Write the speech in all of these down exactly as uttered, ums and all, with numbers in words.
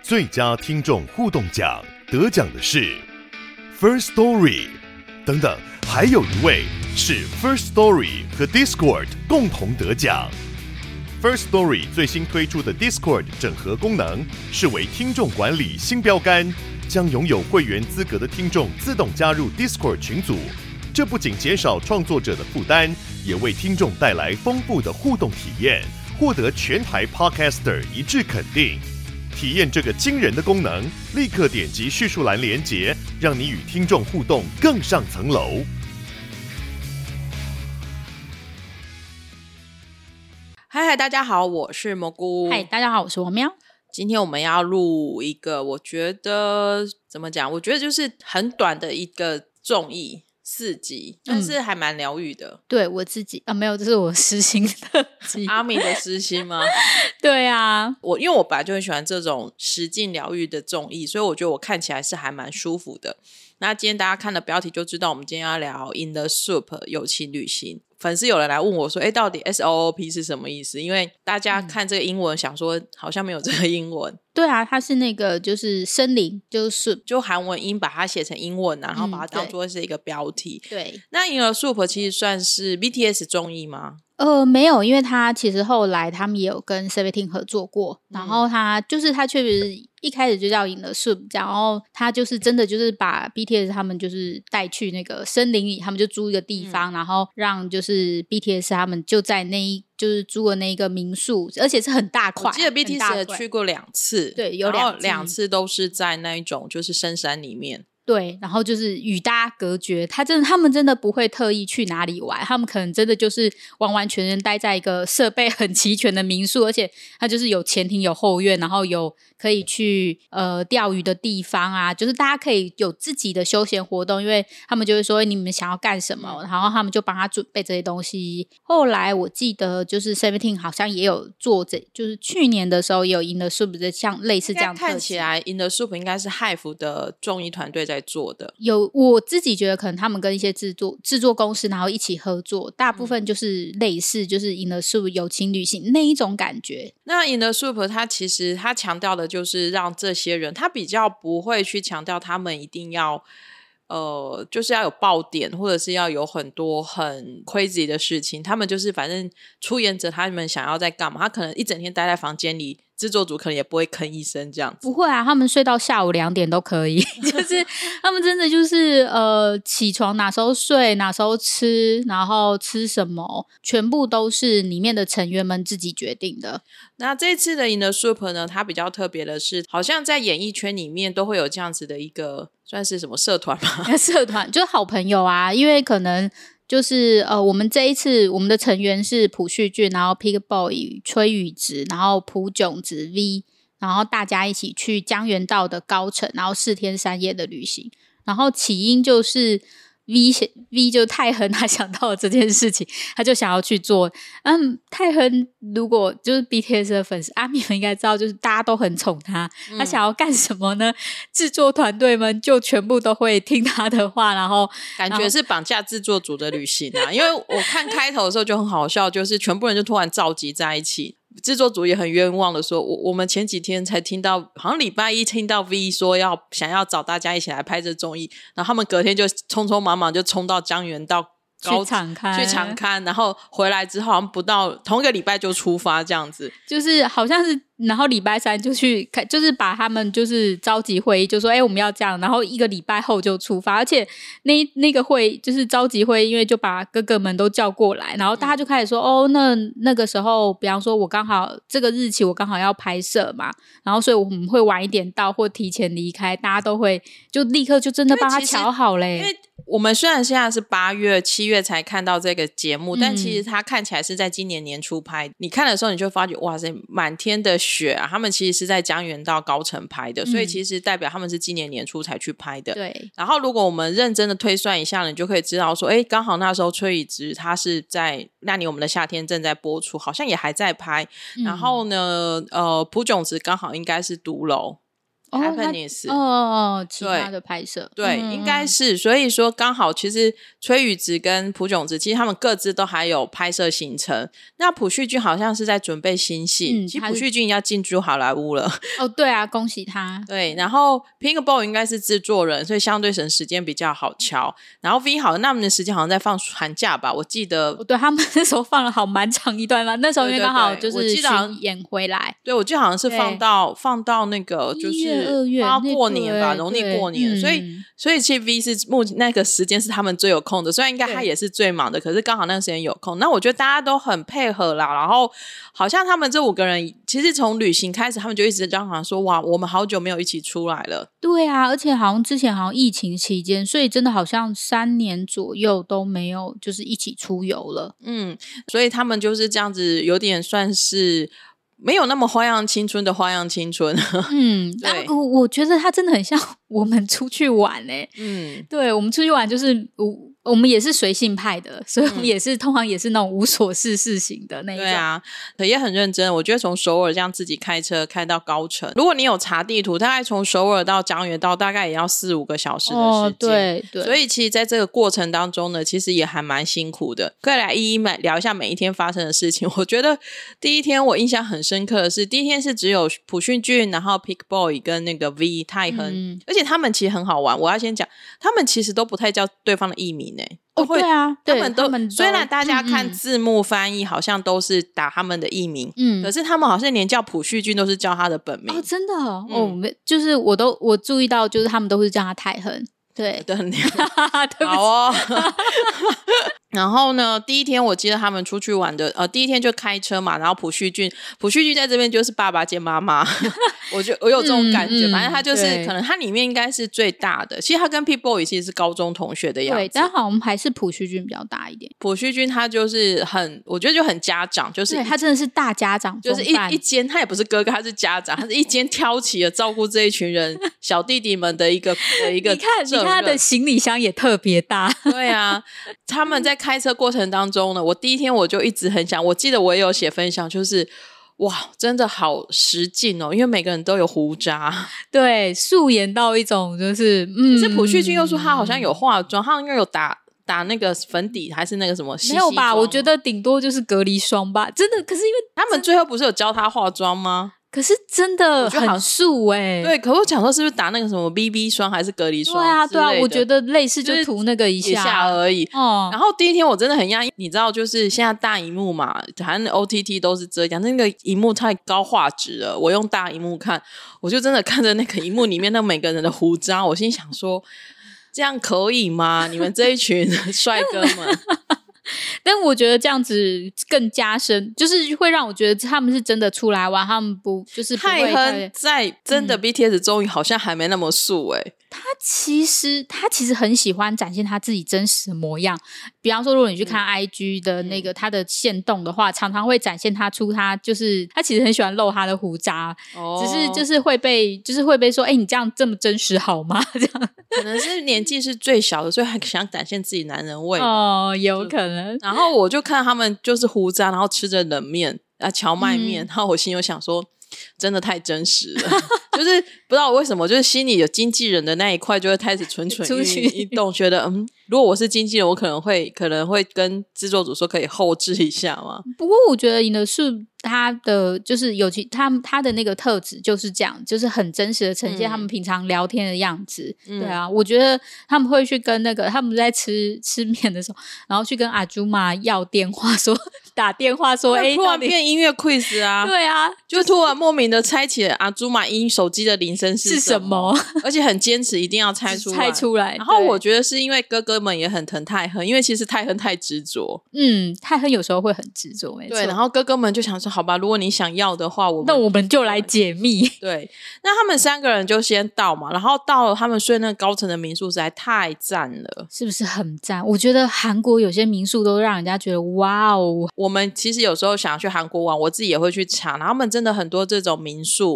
最佳听众互动奖得奖的是 First Story， 等等，还有一位是 First Story 和 Discord 共同得奖。First Story 最新推出的 Discord 整合功能是为听众管理新标杆，将拥有会员资格的听众自动加入 Discord 群组。这不仅减少创作者的负担，也为听众带来丰富的互动体验，获得全台 Podcaster 一致肯定。体验这个惊人的功能，立刻点击叙述栏连结，让你与听众互动更上层楼。 嗨嗨，大家好，我是蘑菇。 嗨，大家好，我是王喵。 今天我们要录一个，我觉得怎么讲？我觉得就是很短的一个综艺，四集，但是还蛮疗愈的。 嗯、对我自己啊，没有，这是我私心的集。 阿米的私心吗？ 对啊， 我因为我本来就很喜欢这种实境疗愈的综艺，所以我觉得我看起来是还蛮舒服的。那今天大家看的标题就知道，我们今天要聊 In the Soup 友情旅行。粉丝有人来问我说，诶，到底 S O O P 是什么意思？因为大家看这个英文想说好像没有这个英文。 对啊，它是那个就是森林，就是 soup， 就韩文音把它写成英文、啊、然后把它当作是一个标题、 嗯、对, 对那 In the Soup 其实算是 B T S 综艺吗？ 呃，没有，因为他其实后来他们也有跟 Seventeen 合作过、嗯、然后他就是他确实一开始就叫 In the Soup， 然后他就是真的就是把 B T S 他们就是带去那个森林里，他们就租一个地方、嗯、然后让就是 B T S 他们就在那一就是租了那一个民宿，而且是很大块。 我记得 B T S 去过两次， 对，有两次， 两次都是在那一种就是深山里面。 对，然后就是与大家隔绝，他真的他们真的不会特意去哪里玩，他们可能真的就是完完全全待在一个设备很齐全的民宿，而且他就是有前庭有后院，然后有可以去呃钓鱼的地方啊，就是大家可以有自己的休闲活动，因为他们就会说你们想要干什么、嗯、然后他们就帮他准备这些东西。后来我记得就是 Seventeen 好像也有做这，就是去年的时候也有 In the Soup 的像类似这样的特辑。 看起来 In the Soup 应该是 Hive 的综艺团队在做的。 有，我自己觉得可能他们跟一些制作制作公司然后一起合作，大部分就是类似就是 In the Soup 友情旅行那一种感觉。 那 In the Soup 它其实它强调的就是让这些人，他比较不会去强调他们一定要呃，就是要有爆点或者是要有很多很 crazy 的事情，他们就是反正出演者他们想要在干嘛，他可能一整天待在房间里，制作组可能也不会吭一声这样子。 不会啊，他们睡到下午两点都可以就是他们真的就是呃，起床哪时候睡哪时候吃，然后吃什么全部都是里面的成员们自己决定的。 那这次的 In the Soup 呢，它比较特别的是好像在演艺圈里面都会有这样子的一个算是什么社团吗？ 社团就是好朋友啊，因为可能就是呃，我们这一次我们的成员是朴叙俊，然后 Pig Boy 崔宇植，然后朴炯植 V， 然后大家一起去江原道的高城，然后四天三夜的旅行。然后起因就是 V, V 就泰亨他想到了这件事情，他就想要去做。嗯，泰亨如果就是 B T S 的粉丝，阿米们应该知道，就是大家都很宠他、嗯、他想要干什么呢？制作团队们就全部都会听他的话，然后感觉是绑架制作组的旅行啊。因为我看开头的时候就很好笑，就是全部人就突然召集在一起，制作组也很冤枉的说，我我们前几天才听到，好像礼拜一听到 V 说要想要找大家一起来拍这综艺，然后他们隔天就匆匆忙忙就冲到江原道去场勘去场勘，然后回来之后好像不到同一个礼拜就出发这样子， 就是好像是然后礼拜三就去就是把他们就是召集会议，就说哎、欸、我们要这样，然后一个礼拜后就出发，而且那那个会就是召集会，因为就把哥哥们都叫过来，然后大家就开始说、嗯、哦那那个时候比方说我刚好这个日期我刚好要拍摄嘛，然后所以我们会晚一点到或提前离开，大家都会就立刻就真的帮他瞧好嘞。 因为我们虽然现在是八月七月才看到这个节目、嗯、但其实它看起来是在今年年初拍，你看的时候你就发觉哇塞满天的雪啊，他们其实是在江原道高城拍的、嗯、所以其实代表他们是今年年初才去拍的。 对， 然后如果我们认真的推算一下，你就可以知道说诶刚好那时候崔宇植他是在那年我们的夏天正在播出，好像也还在拍、嗯、然后呢呃朴炯植刚好应该是独楼 Happiness 哦哦，其他的拍摄对、 嗯、 应该是，所以说刚好其实崔宇植跟朴炯植其实他们各自都还有拍摄行程，那朴叙俊好像是在准备新戏、嗯、其实朴叙俊要进驻好莱坞了哦，对啊，恭喜他。 对，然后 Pink Boy 应该是制作人，所以相对省时间比较好敲，然后 V 好像那们的时间好像在放寒假吧，我记得、 哦、对，他们那时候放了好蛮长一段嘛，那时候因为刚好就是巡演回来， 对，我记得好像是放到放到那个就是二月放到过年吧，农历过年、嗯、所以所以其实 V 是目那个时间是他们最有空的，虽然应该他也是最忙的，可是刚好那个时间有空。那我觉得大家都很配合啦，然后好像他们这五个人其实从旅行开始他们就一直嚷嚷说哇我们好久没有一起出来了。 对啊，而且好像之前好像疫情期间，所以真的好像三年左右都没有就是一起出游了。 嗯，所以他们就是这样子有点算是没有那么花样青春的花样青春。 嗯，对、啊、我, 我觉得他真的很像我们出去玩欸。嗯，对，我们出去玩就是我我们也是随性派的，所以我们也是、嗯、通常也是那种无所事事型的那一种。 对啊，可也很认真。我觉得从首尔这样自己开车开到高雄，如果你有查地图，大概从首尔到江原道大概也要四五个小时的时间。哦， 对对。 所以其实在这个过程当中呢，其实也还蛮辛苦的。可以来一一聊一下每一天发生的事情。我觉得第一天我印象很深刻的是，第一天是只有朴叙俊，然后 Pink Boy 跟那个 V 泰亨、嗯，而且他们其实很好玩。我要先讲，他们其实都不太叫对方的艺名欸。 哦，对啊， 他们都, 他们都虽然大家看字幕翻译好像都是打他们的艺名，嗯，可是他们好像连叫朴叙俊都是叫他的本名。 哦，真的哦，嗯、哦就是我都我注意到，就是他们都是叫他泰亨。对， 对，好哦。然后呢，第一天我记得他们出去玩的，呃，第一天就开车嘛，然后朴叙俊，朴叙俊在这边就是爸爸兼妈妈，我就我有这种感觉，嗯嗯、反正他就是可能他里面应该是最大的，其实他跟 Pink Boy 其实是高中同学的样子， 对，但好像还是朴叙俊比较大一点。 朴叙俊他就是很，我觉得就很家长，就是对他真的是大家长， 就是一一间，他也不是哥哥，他是家长，他是一间挑起了照顾这一群人小弟弟们的一个的一个。 你看，你看他的行李箱也特别大。 对啊，他们在开车过程当中呢，我第一天我就一直很想，我记得我也有写分享，就是哇，真的好实劲哦，因为每个人都有胡渣， 对，素颜到一种就是嗯。 可是朴叙俊又说他好像有化妆，他应该有打打那个粉底还是那个什么西西？ 没有吧？我觉得顶多就是隔离霜吧，真的。可是因为他们最后不是有教他化妆吗？ 可是真的很素欸。 对，可我想说是不是打那个什么 B B 霜还是隔离霜？ 对啊对啊，我觉得类似就涂那个一下、 就是、一下而已、哦、然后第一天我真的很讶异，你知道就是现在大荧幕嘛，好像 O T T 都是这样，那个荧幕太高画质了，我用大荧幕看，我就真的看着那个荧幕里面那每个人的胡渣，我心想说这样可以吗？你们这一群帅哥们但我觉得这样子更加深，就是会让我觉得他们是真的出来玩，他们不就是不会泰亨在真的 B T S 中好像还没那么素欸、嗯， 他其实他其实很喜欢展现他自己真实的模样，比方说如果你去看 I G 的那个、嗯、他的限动的话，常常会展现他出他就是他其实很喜欢露他的胡渣、哦、只是就是会被就是会被说哎、欸，你这样这么真实好吗？这样可能是年纪是最小的，所以还想展现自己男人味哦，有可能。 然后我就看他们就是胡渣，然后吃着冷面啊荞麦面、嗯、然后我心里想说真的太真实了就是不知道为什么就是心里有经纪人的那一块就会开始蠢蠢欲动，觉得嗯，如果我是经纪人我可能会可能会跟制作组说可以后置一下嘛。 不过我觉得尹德树他的就是尤其他他的那个特质就是这样，就是很真实的呈现他们平常聊天的样子、嗯、对啊，我觉得他们会去跟那个他们在吃吃面的时候，然后去跟阿朱玛要电话说打电话说哎， 突然变音乐 quiz 啊对啊， 就突然莫名的猜起了阿朱玛音手机的铃声是什么， 是什么而且很坚持一定要猜出来猜出来。 然后我觉得是因为哥哥们也很疼泰亨，因为其实泰亨太执着， 嗯，泰亨有时候会很执着没错。 对，然后哥哥们就想说好吧，如果你想要的话我们那我们就来解密。 对，那他们三个人就先到嘛，然后到了他们睡那个高层的民宿实在太赞了， 是不是很赞？我觉得韩国有些民宿都让人家觉得哇哦。 我们其实有时候想去韩国玩，我自己也会去查，然后他们真的很多这种民宿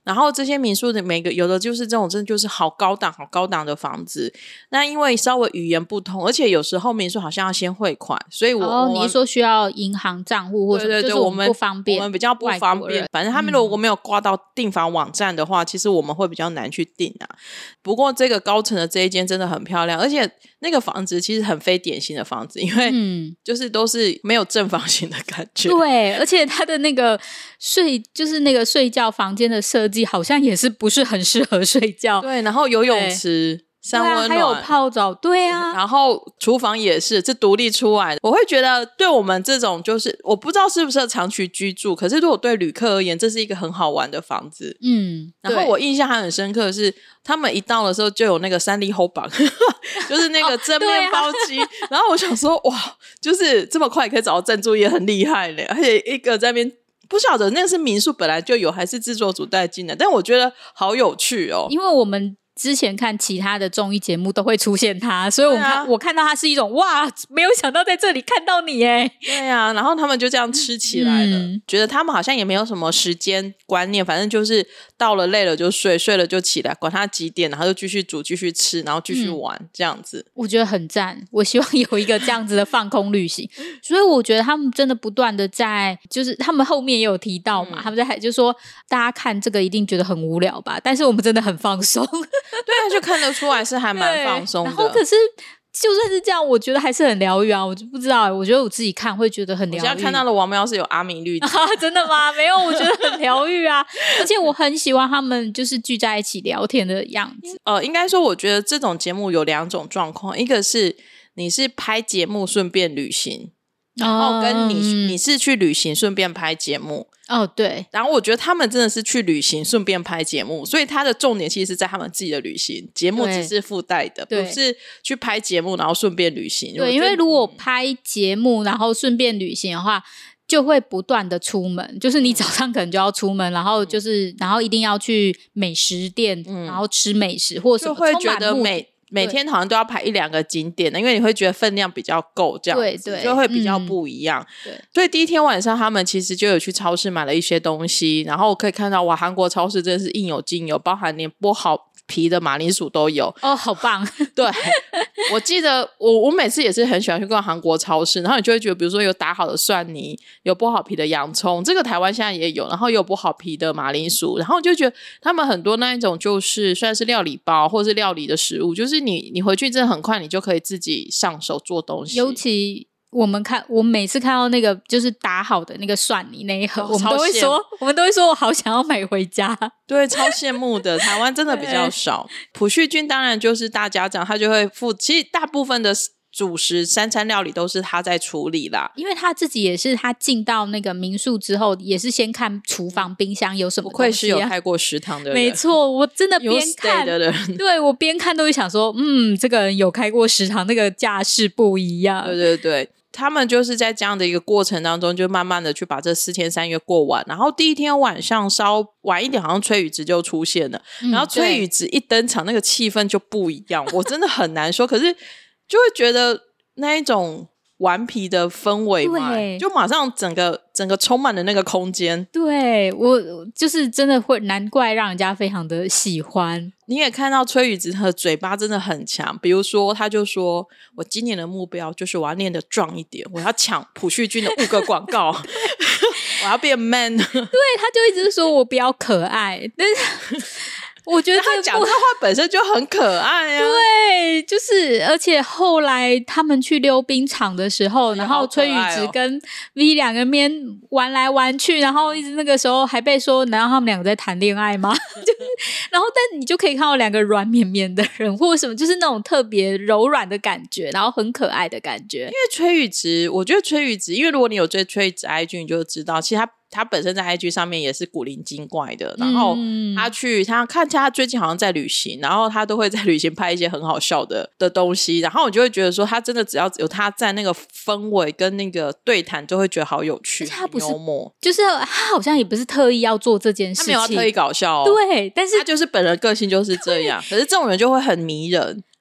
然后这些民宿的每个有的就是这种真的就是好高档好高档的房子，那因为稍微语言不同，而且有时候民宿好像要先汇款，所以我哦， 我你说需要银行账户或者对对对， 就是我们不方便， 我们比较不方便，反正他们如果没有挂到订房网站的话、嗯、其实我们会比较难去订啊。不过这个高层的这一间真的很漂亮，而且那个房子其实很非典型的房子，因为就是都是没有正方形的感觉、 嗯、对，而且它的那个睡就是那个睡觉房间的设计好像也是不是很适合睡觉， 对，然后游泳池三温暖、 啊、还有泡澡，对啊， 然后厨房也是是独立出来的。我会觉得对我们这种就是我不知道适不适合长期居住，可是如果对旅客而言这是一个很好玩的房子。 嗯， 然后我印象还很深刻的是他们一到的时候就有那个三粒后绑就是那个蒸面包机、哦啊、然后我想说哇，就是这么快可以找到赞助也很厉害嘞，而且一个在那边不晓得那个是民宿本来就有还是制作组带进来，但我觉得好有趣哦。 因为我们之前看其他的综艺节目都会出现他，所以我看、啊、我看到他是一种哇，没有想到在这里看到你耶。 对啊，然后他们就这样吃起来了、嗯、觉得他们好像也没有什么时间观念，反正就是到了累了就睡，睡了就起来，管他几点然后就继续煮继续吃然后继续玩、嗯、这样子我觉得很赞，我希望有一个这样子的放空旅行所以我觉得他们真的不断的在就是他们后面也有提到嘛、嗯、他们在就说大家看这个一定觉得很无聊吧，但是我们真的很放松对啊，就看得出来是还蛮放松的。 然后可是就算是这样我觉得还是很疗愈啊，我就不知道我觉得我自己看会觉得很疗愈。 我现在看到的王喵是有阿明滤镜、 啊、真的吗？没有，我觉得很疗愈啊而且我很喜欢他们就是聚在一起聊天的样子。 呃，应该说我觉得这种节目有两种状况，一个是你是拍节目顺便旅行，然后跟你、嗯、你是去旅行顺便拍节目。 哦，对， 然后我觉得他们真的是去旅行顺便拍节目，所以他的重点其实是在他们自己的旅行，节目只是附带的，不是去拍节目然后顺便旅行。 对，因为如果拍节目然后顺便旅行的话就会不断的出门，就是你早上可能就要出门、嗯、然后就是然后一定要去美食店、嗯、然后吃美食或者什么， 就会觉得每每天好像都要拍一两个景点的，因为你会觉得分量比较够，这样子对对就会比较不一样、嗯、对，所以第一天晚上他们其实就有去超市买了一些东西，然后可以看到哇，韩国超市真的是应有尽有，包含连剥好皮的马铃薯都有哦，好棒对，我记得我我每次也是很喜欢去逛韩国超市，然后你就会觉得比如说有打好的蒜泥，有剥好皮的洋葱，这个台湾现在也有，然后有剥好皮的马铃薯，然后你就觉得他们很多那一种就是算是料理包或是料理的食物，就是你你回去真的很快你就可以自己上手做东西。 尤其我们看我每次看到那个就是打好的那个蒜泥那一盒、哦、我们都会说我们都会说我好想要买回家。 对，超羡慕的台湾真的比较少。朴叙俊当然就是大家长，他就会付，其实大部分的主食三餐料理都是他在处理啦， 因为他自己也是他进到那个民宿之后也是先看厨房冰箱有什么东西、啊、 不愧是有开过食堂的人。 没错，我真的边看的人对，我边看都会想说嗯，这个人有开过食堂，那个架势不一样。 对对对，他们就是在这样的一个过程当中就慢慢的去把这四天三夜过完，然后第一天晚上稍晚一点好像崔宇植就出现了、嗯、然后崔宇植一登场那个气氛就不一样，我真的很难说可是就会觉得那一种顽皮的氛围嘛，就马上整个整个充满了那个空间。 对，我就是真的会难怪让人家非常的喜欢。 你也看到崔宇植的嘴巴真的很强，比如说他就说我今年的目标就是我要练得壮一点，我要抢朴叙俊的五个广告我要变 man 对， 他就一直说我不要可爱，但是我觉得他讲这话本身就很可爱啊。 对，就是而且后来他们去溜冰场的时候、哦、然后崔宇植跟 V 两个边玩来玩去，然后一直那个时候还被说难道他们两个在谈恋爱吗就是然后但你就可以看到两个软绵绵的人或者什么，就是那种特别柔软的感觉，然后很可爱的感觉。因为崔宇植，我觉得崔宇植，因为如果你有追崔宇植 I G 你就知道其实他他本身在 I G 上面也是古灵精怪的，然后他去他看起来他最近好像在旅行，然后他都会在旅行拍一些很好笑的的东西，然后我就会觉得说他真的只要有他在那个氛围跟那个对谈就会觉得好有趣， 他不是幽默， 就是他好像也不是特意要做这件事情， 他没有要特意搞笑哦， 对，但是他就是本人个性就是这样可是这种人就会很迷人。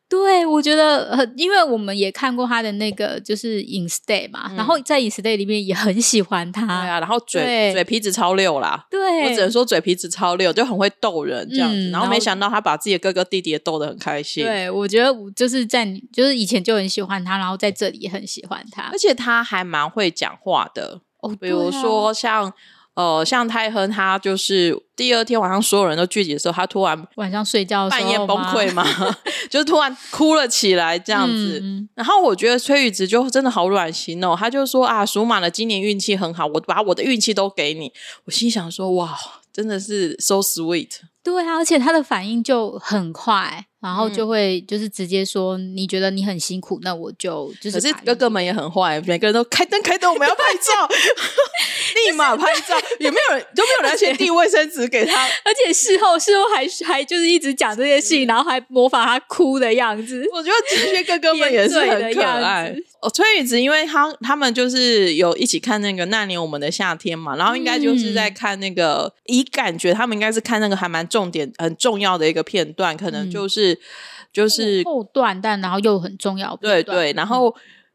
对，我觉得呃，因为我们也看过他的那个就是影 stay 嘛、嗯、然后在影 stay 里面也很喜欢他。 对啊，然后嘴嘴皮子超溜啦。 对， 我只能说嘴皮子超溜，就很会逗人这样子、嗯、然后没想到他把自己的哥哥弟弟也逗得很开心。 对，我觉得就是在就是以前就很喜欢他，然后在这里也很喜欢他， 而且他还蛮会讲话的。 哦， 比如说像呃，像泰亨他就是第二天晚上所有人都聚集的时候，他突然晚上睡觉的时候半夜崩溃嘛就是突然哭了起来这样子、嗯、然后我觉得崔宇植就真的好软心哦，他就说啊，属马的今年运气很好，我把我的运气都给你。我心想说哇，真的是 so sweet。 对啊，而且他的反应就很快，然后就会就是直接说、嗯、你觉得你很辛苦，那我就就是。 可是哥哥们也很坏，每个人都开灯开灯，我们要拍照立马拍照也没有人都没有人先递卫生纸给他而且事后事后还还就是一直讲这件事情，然后还模仿他哭的样子。 我觉得这些哥哥们也是很可爱哦。崔宇植因为他他们就是有一起看那个那年我们的夏天嘛，然后应该就是在看那个、嗯、以感觉他们应该是看那个还蛮重点很重要的一个片段，可能就是、嗯、就是后段但然后又很重要的片段。 对对，然后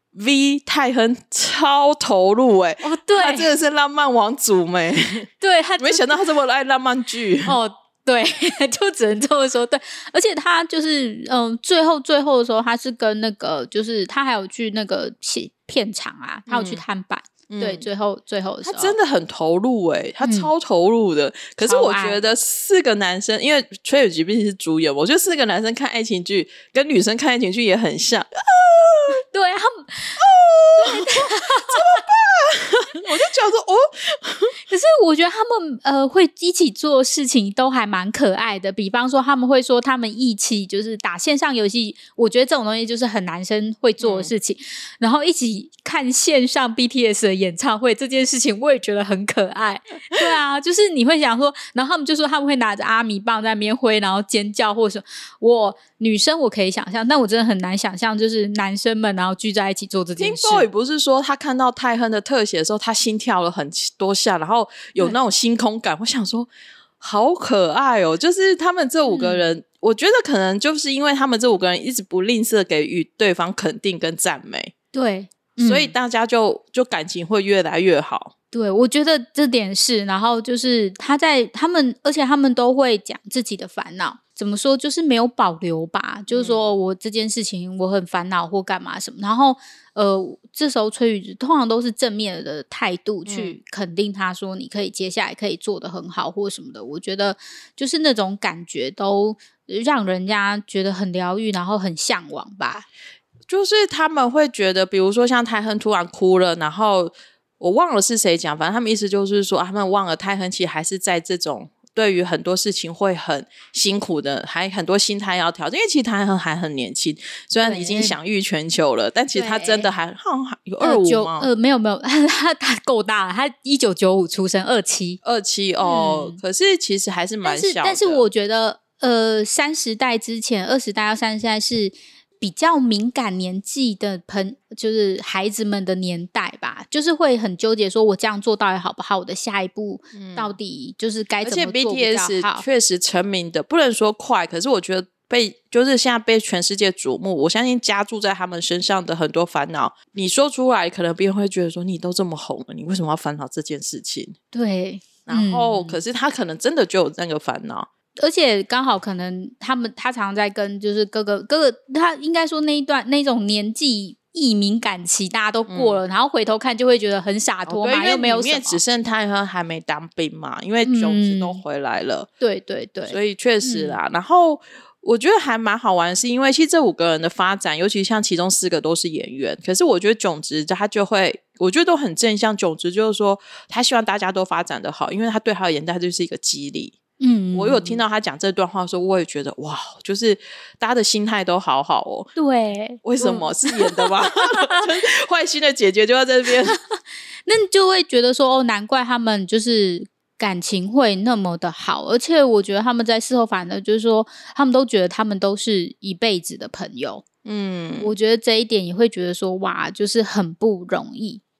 V 泰亨超投入耶、 欸、哦，对， 他真的是浪漫王祖耶对，他没想到他这么爱浪漫剧哦，对就只能这么说。对，而且他就是嗯，最后最后的时候他是跟那个就是他还有去那个片场啊，他有去探班、嗯、对，最后最后的时候他真的很投入耶、欸、他超投入的、嗯、可是我觉得四个男生，因为崔宇植毕竟是主演，我觉得四个男生看爱情剧跟女生看爱情剧也很像啊， 对他们哦怎么办我就讲说哦可是我觉得他们呃会一起做事情都还蛮可爱的，比方说他们会说他们一起就是打线上游戏，我觉得这种东西就是很男生会做的事情、嗯、然后一起看线上 B T S 的演唱会，这件事情我也觉得很可爱对啊，就是你会想说，然后他们就说他们会拿着阿米棒在那边挥，然后尖叫，或者我女生我可以想象，但我真的很难想象就是男生们然后聚在一起做这件事。 Boy 不是说他看到泰亨的特写的时候他心跳了很多下，然后有那种星空感，我想说好可爱哦，就是他们这五个人、嗯、我觉得可能就是因为他们这五个人一直不吝啬给予对方肯定跟赞美， 对、 嗯、所以大家就就感情会越来越好。 对，我觉得这点是，然后就是他在他们而且他们都会讲自己的烦恼，怎么说就是没有保留吧，就是说我这件事情我很烦恼或干嘛什么，然后呃，这时候崔宇植通常都是正面的态度去肯定他说你可以接下来可以做得很好或什么的，我觉得就是那种感觉都让人家觉得很疗愈，然后很向往吧。 就是他们会觉得比如说像泰亨突然哭了，然后我忘了是谁讲，反正他们意思就是说、啊、他们忘了泰亨其实还是在这种对于很多事情会很辛苦的，还很多心态要调整，因为其实泰亨还很年轻，虽然已经享誉全球了，但其实他真的还好像有二五吗？ 呃，没有没有他他够大了，他一九九五出生，二七二七哦、嗯，可是其实还是蛮小的。 但是但是我觉得呃，三十代之前二十代到三十代是比较敏感年纪的朋就是孩子们的年代吧，就是会很纠结说我这样做到底好不好，我的下一步到底就是该怎么做比较好。而且 B T S 确实成名的不能说快，可是我觉得被就是现在被全世界瞩目，我相信加注在他们身上的很多烦恼你说出来可能别人会觉得说你都这么红了，你为什么要烦恼这件事情。 对， 然后、嗯、可是他可能真的就有那个烦恼， 而且刚好可能他们他常常在跟就是哥哥哥哥他应该说那一段那种年纪易敏感期大家都过了、嗯、然后回头看就会觉得很洒脱嘛、哦、又没有什么，因为里面只剩泰亨还没当兵嘛，因为种子都回来了、嗯、 对对对， 所以确实啦、嗯、然后我觉得还蛮好玩的是因为其实这五个人的发展，尤其像其中四个都是演员，可是我觉得炯植他就会我觉得都很正向，炯植就是说他希望大家都发展得好，因为他对他而言他就是一个激励。嗯，我有听到他讲这段话的时候我也觉得哇，就是大家的心态都好好哦。 对， 为什么、嗯、是演的吗坏心的姐姐就在这边那你就会觉得说哦，难怪他们就是感情会那么的好，而且我觉得他们在事后反而就是说他们都觉得他们都是一辈子的朋友。嗯，我觉得这一点也会觉得说哇，就是很不容易。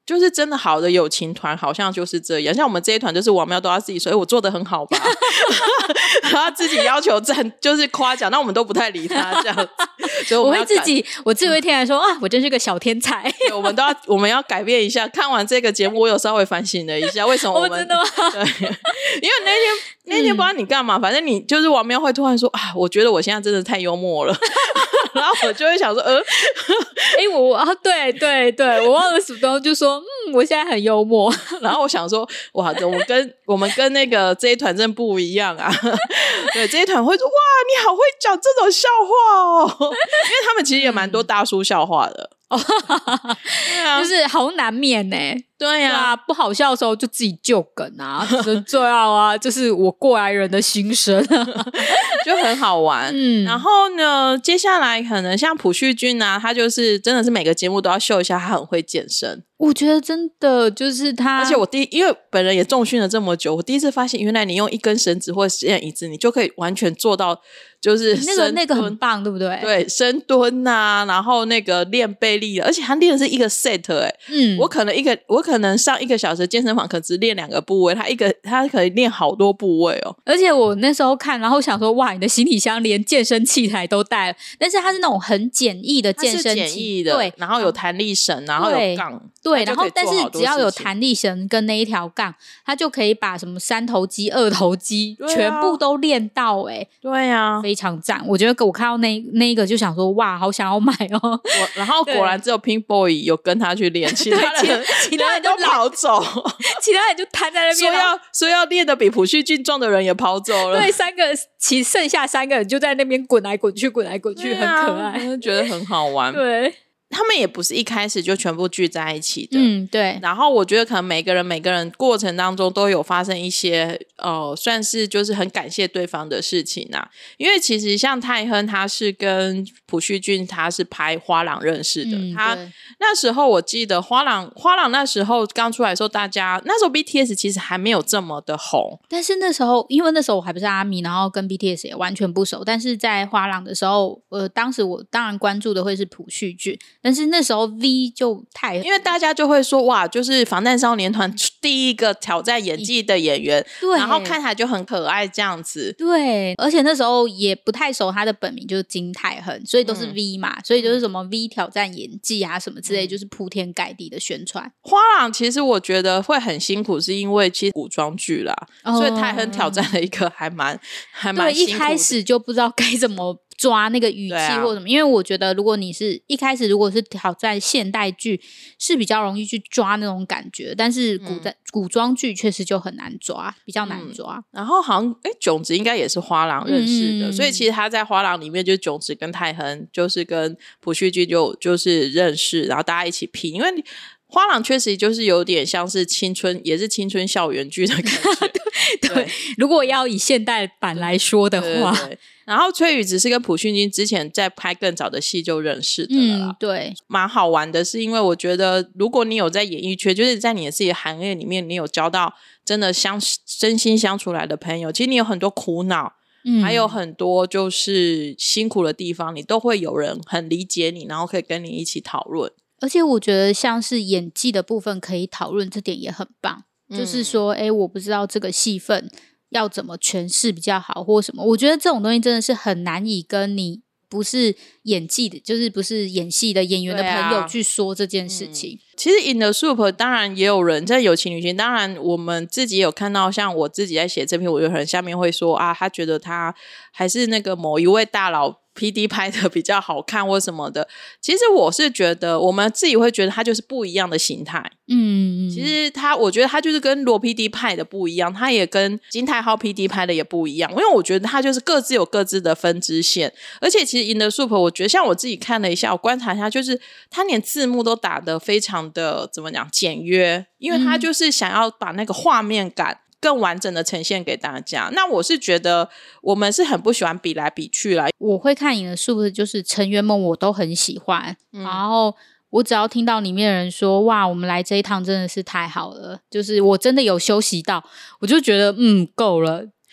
就是真的好的友情团好像就是这样，像我们这一团就是王喵都要自己说，哎，我做得很好吧然后自己要求赞，就是夸奖，那我们都不太理他这样子所以我, 我们会自己我自己会听来说、嗯、啊，我真是个小天才对，我们都要我们要改变一下。看完这个节目我有稍微反省了一下，为什么我们、 哦、真的吗？ 对，因为那天那天不知道你干嘛、嗯、反正你就是王喵会突然说啊，我觉得我现在真的太幽默了然后我就会想说呃哎、欸，我啊，对对对，我忘了什么东西就说嗯，我现在很幽默然后我想说哇，我们跟我们跟那个这一团真不一样啊对，这一团会说哇你好会讲这种笑话哦因为他们其实也蛮多大叔笑话的哦，对啊， 就是好难免呢、欸。 对呀、啊啊，不好笑的时候就自己救梗啊，就是这样啊，就是我过来人的心声就很好玩。嗯，然后呢，接下来可能像朴叙俊啊，他就是真的是每个节目都要秀一下他很会健身。 我觉得真的就是他， 而且我第一，因为本人也重训了这么久，我第一次发现原来你用一根绳子或者实验椅子，你就可以完全做到就是那个那个很棒，对不对？ 对，深蹲啊，然后那个练背力，而且他练的是一个 set 哎、欸，嗯，我可能一个我可能上一个小时健身房，可只练两个部位，他一个他可以练好多部位哦。 而且我那时候看，然后想说哇，你的行李箱连健身器材都带了，但是它是那种很简易的健身器， 简易的，对，然后有弹力绳，然后有杠。 对，然后但是只要有弹力绳跟那一条杠，它就可以把什么三头肌、二头肌、啊、全部都练到哎、欸， 对啊， 非常赞。我觉得我看到那那一个就想说哇，好想要买哦。 我然后果然只有 Pink Boy 有跟他去练，其他人其他人都跑走， 其他人就瘫在那边， 说要说要练得比朴叙俊壮的人也跑走了。 对，三个其剩下三个人就在那边滚来滚去，滚来滚去，啊、很可爱， 觉得很好玩。 对。 他们也不是一开始就全部聚在一起的， 嗯，对。 然后我觉得可能每个人每个人过程当中都有发生一些呃，算是就是很感谢对方的事情啊。因为其实像泰亨他是跟朴叙俊他是拍花郎认识的，嗯、他那时候我记得花郎花郎那时候刚出来的时候，大家那时候 B T S 其实还没有这么的红， 但是那时候因为那时候我还不是阿迷，然后跟 B T S 也完全不熟，但是在花郎的时候，呃，当时我当然关注的会是朴叙俊。但是那时候 V 就太， 因为大家就会说哇，就是防弹少年团第一个挑战演技的演员，对，然后看起来就很可爱这样子。 对，而且那时候也不太熟他的本名就是金泰亨，所以都是 V 嘛、嗯、所以就是什么 V 挑战演技啊什么之类、嗯、就是铺天盖地的宣传。 花郎其实我觉得会很辛苦，是因为其实古装剧啦、哦、所以泰亨挑战了一个还蛮还蛮辛苦的， 对，一开始就不知道该怎么抓那个语气或什么、啊、因为我觉得如果你是一开始如果是挑战现代剧是比较容易去抓那种感觉，但是古代、嗯、古装剧确实就很难抓，比较难抓、嗯、 然后好像诶炯植应该也是花郎认识的、嗯、所以其实他在花郎里面就是炯植跟泰亨就是跟朴叙俊就就是认识，然后大家一起拼，因为花郎确实就是有点像是青春，也是青春校园剧的感觉对, 对，如果要以现代版来说的话， 对对对，然后崔宇植是跟朴叙俊之前在拍更早的戏就认识的了啦、 嗯、对， 蛮好玩的是因为我觉得如果你有在演艺圈，就是在你的自己的行业里面，你有交到真的相真心相处来的朋友，其实你有很多苦恼、嗯、还有很多就是辛苦的地方，你都会有人很理解你，然后可以跟你一起讨论。 而且我觉得像是演技的部分可以讨论，这点也很棒、嗯、就是说诶我不知道这个戏份要怎么诠释比较好或什么，我觉得这种东西真的是很难以跟你不是演技的，就是不是演戏的演员的朋友去说这件事情、啊嗯、 其实 In the Soup 当然也有人在友情旅行，当然我们自己也有看到，像我自己在写这篇，我有人下面会说啊，他觉得他还是那个某一位大佬P D 拍的比较好看或什么的。其实我是觉得我们自己会觉得它就是不一样的形态。嗯，其实他我觉得他就是跟罗 P D 拍的不一样，他也跟金泰浩 P D 拍的也不一样，因为我觉得他就是各自有各自的分支线。而且其实 In the Soup 我觉得像我自己看了一下，我观察一下，就是他连字幕都打得非常的怎么讲简约，因为他就是想要把那个画面感更完整的呈现给大家。那我是觉得我们是很不喜欢比来比去啦。 我会看影的是不是就是成员们我都很喜欢、嗯、然后我只要听到里面的人说哇我们来这一趟真的是太好了，就是我真的有休息到，我就觉得嗯够了。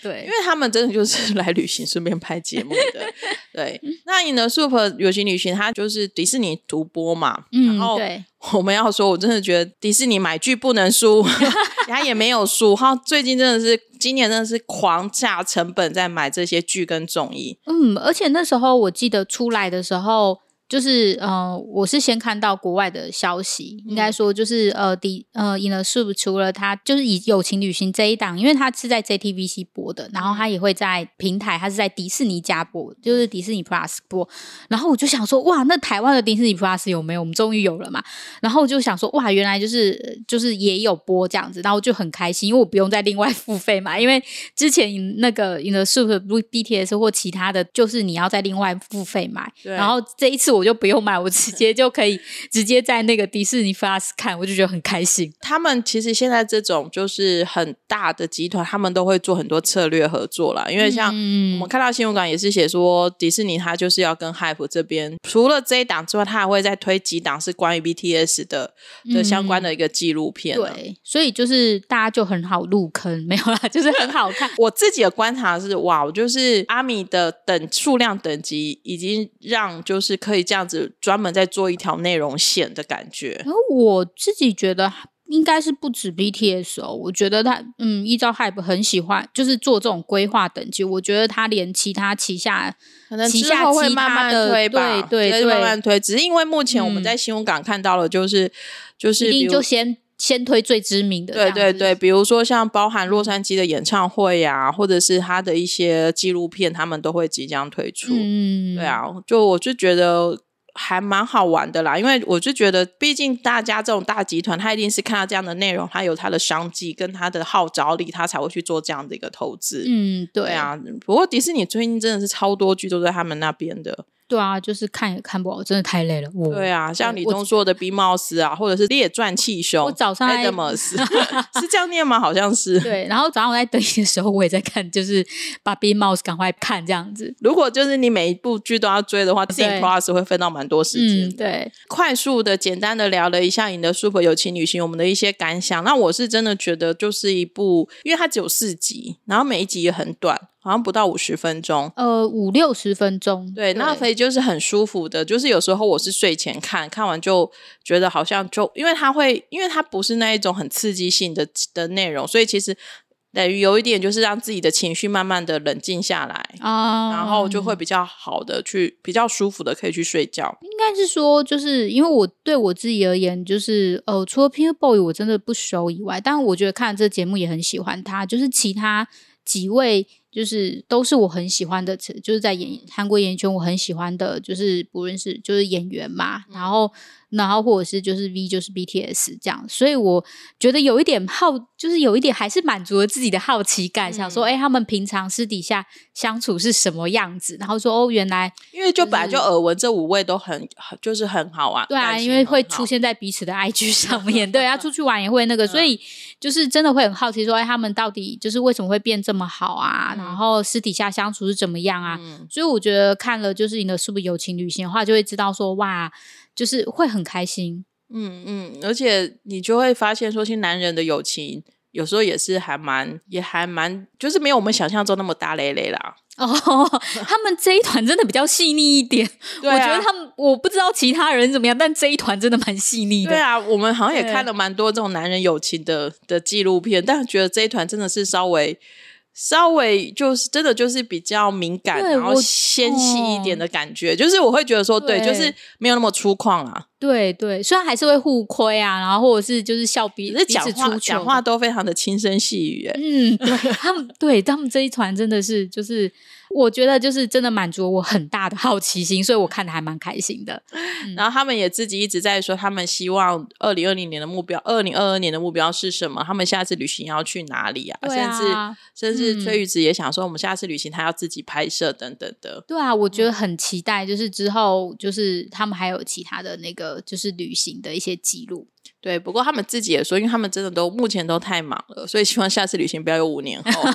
对， 因为他们真的就是来旅行顺便拍节目的。对，那 In the Soup 有情旅行它就是迪士尼独播嘛， 嗯， 然后对， 我们要说我真的觉得迪士尼买剧不能输，他也没有输，他最近真的是今年真的是狂下成本在买这些剧跟综艺。 嗯，而且那时候我记得出来的时候就是呃，我是先看到国外的消息，应该说就是呃，迪呃 In the Soup 除了它就是以友情旅行这一档，因为它是在 J T V C 播的，然后它也会在平台，它是在迪士尼家播，就是迪士尼 Plus 播。然后我就想说，哇，那台湾的迪士尼 Plus 有没有？我们终于有了嘛。然后我就想说，哇，原来就是就是也有播这样子，然后就很开心，因为我不用再另外付费嘛，因为之前那个 In the Soup B T S 或其他的，就是你要再另外付费买，然后这一次我就不用买，我直接就可以直接在那个迪士尼 Plus 看，我就觉得很开心。 他们其实现在这种就是很大的集团，他们都会做很多策略合作啦，因为像我们看到新闻稿也是写说，迪士尼它就是要跟 Hype 这边除了这一档之外，它还会再推几档是关于 B T S 的的相关的一个纪录片、啊嗯、 对，所以就是大家就很好入坑，没有啦，就是很好看。 我自己的观察是，哇，就是阿米的等数量等级已经让就是可以这样子专门在做一条内容线的感觉。 然后我自己觉得应该是不止 B T S 哦，我觉得他嗯，依照 Hype 很喜欢就是做这种规划等级，我觉得他连其他旗下可能之后会慢慢推吧， 对对对， 慢慢推。只是因为目前我们在新闻港看到了，就是、嗯、就是一定就先先推最知名的， 对对对，比如说像包含洛杉矶的演唱会啊，或者是他的一些纪录片，他们都会即将推出。嗯，对啊，就我就觉得还蛮好玩的啦，因为我就觉得毕竟大家这种大集团他一定是看到这样的内容，他有他的商机跟他的号召力，他才会去做这样的一个投资。嗯，对，对啊。不过迪士尼最近真的是超多剧都在他们那边的。对啊，就是看也看不好，真的太累了。 对啊，像李东说的 B Mouse 啊，或者是列传气胸， 我早上 Adams 是这样念吗？好像是。 对，然后早上我在等你的时候，我也在看，就是把 B Mouse 赶快看这样子。 如果就是你每一部剧都要追的话 Disney Plus 会分到蛮多时间。 嗯，对。快速的简单的聊了一下In the Soup友情旅行我们的一些感想，那我是真的觉得就是一部，因为它只有四集，然后每一集也很短，好像不到五十分钟， 呃，五六十分钟。 对，那所以就是很舒服的，就是有时候我是睡前看，看完就觉得好像就，因为它会，因为它不是那一种很刺激性的的内容，所以其实等于有一点就是让自己的情绪慢慢的冷静下来啊，然后就会比较好的去，比较舒服的可以去睡觉。 应该是说，就是因为我对我自己而言，就是呃，除了 Peter Boy 我真的不熟以外，但我觉得看这节目也很喜欢他，就是其他几位。就是都是我很喜欢的，就是在演韩国演艺圈我很喜欢的，就是不论是就是演员嘛，嗯、然后然后或者是就是 V 就是 B T S 这样，所以我觉得有一点好，就是有一点还是满足了自己的好奇感，嗯、想说哎，他们平常私底下相处是什么样子，然后说哦，原来、就是、 因为就本来就耳闻这五位都很就是很好玩， 对啊，因为会出现在彼此的 I G 上面，对啊，出去玩也会那个，所以就是真的会很好奇说，哎，他们到底就是为什么会变这么好啊？嗯然后私底下相处是怎么样啊、嗯、所以我觉得看了就是你的是不是友情旅行的话就会知道说哇就是会很开心。 嗯嗯，而且你就会发现说其实男人的友情有时候也是还蛮也还蛮就是没有我们想象中那么大咧咧啦。 哦，他们这一团真的比较细腻一点、啊、我觉得他们我不知道其他人怎么样，但这一团真的蛮细腻的。 对啊，我们好像也看了蛮多这种男人友情的的纪录片，但觉得这一团真的是稍微稍微就是真的就是比较敏感然后纤细一点的感觉、哦、就是我会觉得说 对, 对就是没有那么粗犷啊。 对对，虽然还是会互亏啊，然后或者是就是笑彼此讲话讲话都非常的轻声细语。 嗯，对他们对他们这一团真的是就是我觉得就是真的满足我很大的好奇心，所以我看得还蛮开心的、 嗯、然后他们也自己一直在说他们希望二零二零年的目标二零二二年的目标是什么，他们下次旅行要去哪里啊， 对啊甚至甚至崔宇植也想说我们下次旅行他要自己拍摄等等的。 对啊，我觉得很期待就是之后就是他们还有其他的那个就是旅行的一些记录。 对，不过他们自己也说因为他们真的都目前都太忙了，所以希望下次旅行不要有五年后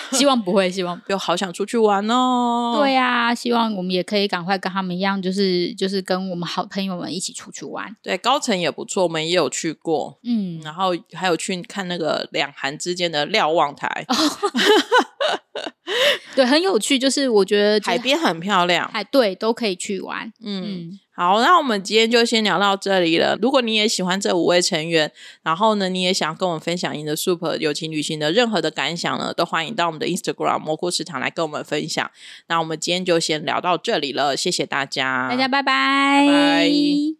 希望不会，希望就好想出去玩哦。 对啊，希望我们也可以赶快跟他们一样，就是就是跟我们好朋友们一起出去玩。 对，高层也不错，我们也有去过， 嗯， 然后还有去看那个两韩之间的瞭望台。 对，很有趣，就是我觉得、就是、 海边很漂亮， 海对都可以去玩。 嗯。 嗯， 好，那我们今天就先聊到这里了。如果你也喜欢这五位成员，然后呢，你也想跟我们分享你的 Super 友情旅行的任何的感想呢，都欢迎到我们的 Instagram 蘑菇食堂来跟我们分享。那我们今天就先聊到这里了，谢谢大家， 大家拜拜， 拜拜。